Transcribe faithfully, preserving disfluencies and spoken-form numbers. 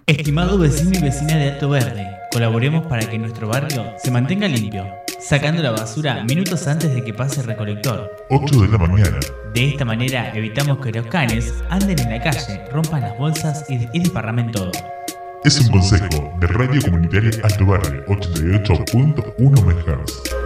Estimado vecino y vecina de Alto Verde, colaboremos para que nuestro barrio se mantenga limpio, sacando la basura minutos antes de que pase el recolector. ocho de la mañana. De esta manera evitamos que los canes anden en la calle, rompan las bolsas y, y desparramen todo. Es un consejo de Radio Comunitaria Alto Barrio ochenta y ocho punto uno megahertz.